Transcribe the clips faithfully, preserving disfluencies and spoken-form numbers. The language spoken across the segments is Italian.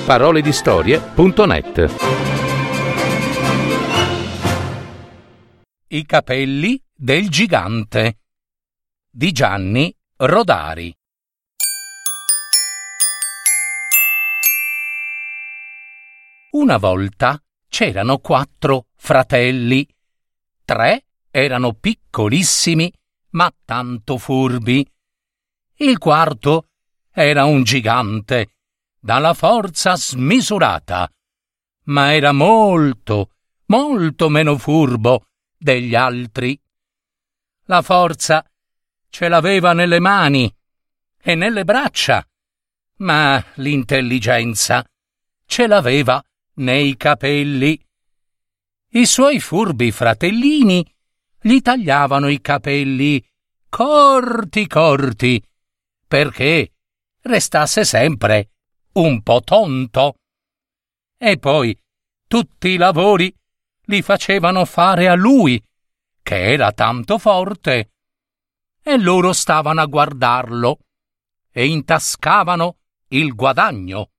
parole di storie punto net. I capelli del gigante di Gianni Rodari. Una volta c'erano quattro fratelli. Tre erano piccolissimi ma tanto furbi. Il quarto era un gigante dalla forza smisurata, ma era molto, molto meno furbo degli altri. La forza ce l'aveva nelle mani e nelle braccia, ma l'intelligenza ce l'aveva nei capelli. I suoi furbi fratellini gli tagliavano i capelli corti corti perché restasse sempre un po' tonto. E poi tutti i lavori li facevano fare a lui, che era tanto forte, e loro stavano a guardarlo e intascavano il guadagno.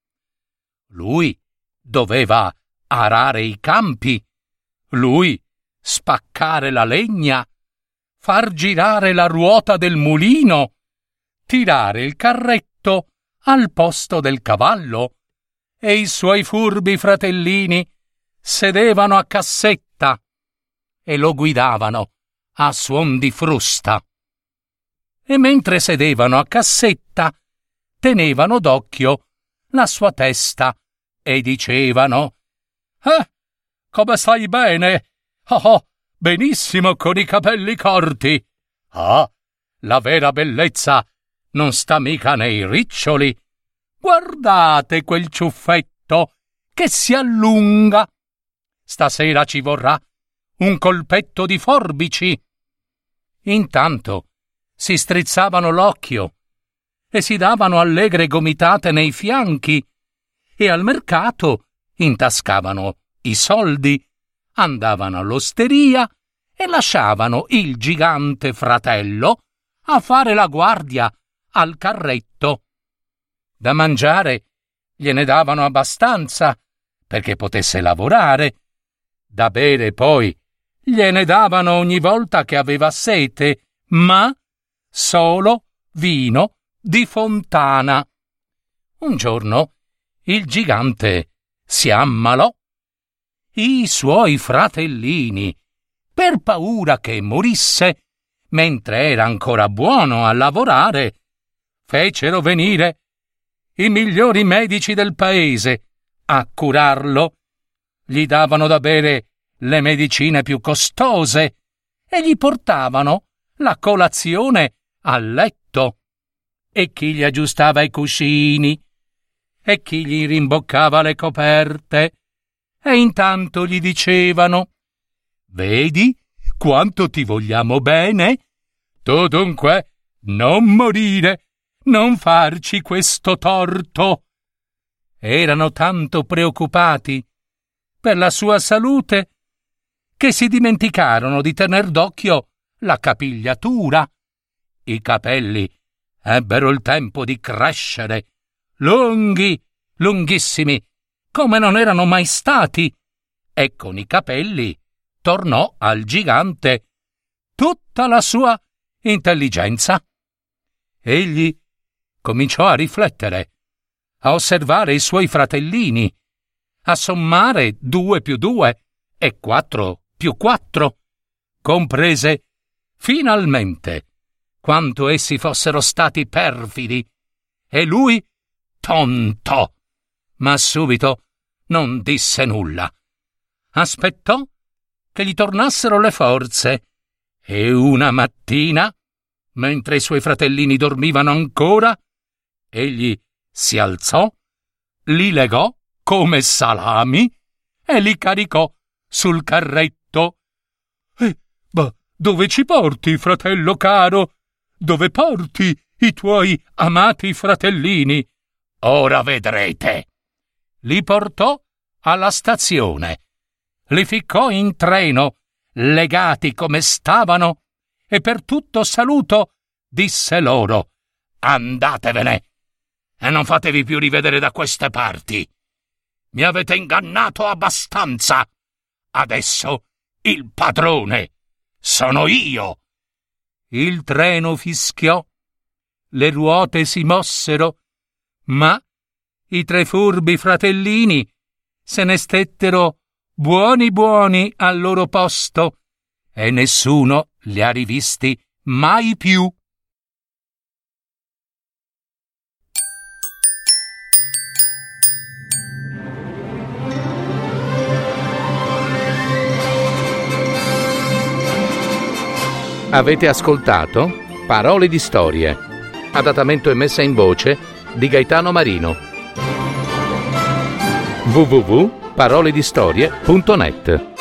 Lui doveva arare i campi, lui spaccare la legna, far girare la ruota del mulino, tirare il carretto al posto del cavallo, e i suoi furbi fratellini sedevano a cassetta e lo guidavano a suon di frusta. E mentre sedevano a cassetta, tenevano d'occhio la sua testa e dicevano: «Eh, come stai bene? Oh, oh, benissimo con i capelli corti. Ah, la vera bellezza non sta mica nei riccioli. Guardate quel ciuffetto che si allunga. Stasera ci vorrà un colpetto di forbici». Intanto si strizzavano l'occhio e si davano allegre gomitate nei fianchi e al mercato intascavano i soldi, andavano all'osteria e lasciavano il gigante fratello a fare la guardia al carretto. Da mangiare gliene davano abbastanza perché potesse lavorare. Da bere poi gliene davano ogni volta che aveva sete, ma solo vino di fontana. Un giorno il gigante si ammalò. I suoi fratellini, per paura che morisse mentre era ancora buono a lavorare, fecero venire i migliori medici del paese a curarlo. Gli davano da bere le medicine più costose e gli portavano la colazione al letto. E chi gli aggiustava i cuscini e chi gli rimboccava le coperte. E intanto gli dicevano: «Vedi quanto ti vogliamo bene? Tu dunque non morire, non farci questo torto». Erano tanto preoccupati per la sua salute che si dimenticarono di tener d'occhio la capigliatura. I capelli ebbero il tempo di crescere, lunghi, lunghissimi, come non erano mai stati, e con i capelli tornò al gigante tutta la sua intelligenza. Egli cominciò a riflettere, a osservare i suoi fratellini, a sommare due più due e quattro più quattro. Comprese finalmente quanto essi fossero stati perfidi, e lui tonto, ma subito non disse nulla. Aspettò che gli tornassero le forze e una mattina, mentre i suoi fratellini dormivano ancora, egli si alzò, li legò come salami e li caricò sul carretto. «Eh, ma dove ci porti, fratello caro? Dove porti i tuoi amati fratellini?» «Ora vedrete». Li portò alla stazione, li ficcò in treno, legati come stavano, e per tutto saluto disse loro: «Andatevene e non fatevi più rivedere da queste parti. Mi avete ingannato abbastanza. Adesso il padrone sono io. Il treno fischiò, le ruote si mossero, ma i tre furbi fratellini se ne stettero buoni buoni al loro posto e nessuno li ha rivisti mai più. Avete ascoltato Parole di storie, adattamento e messa in voce di Gaetano Marino. w w w punto parole di storie punto net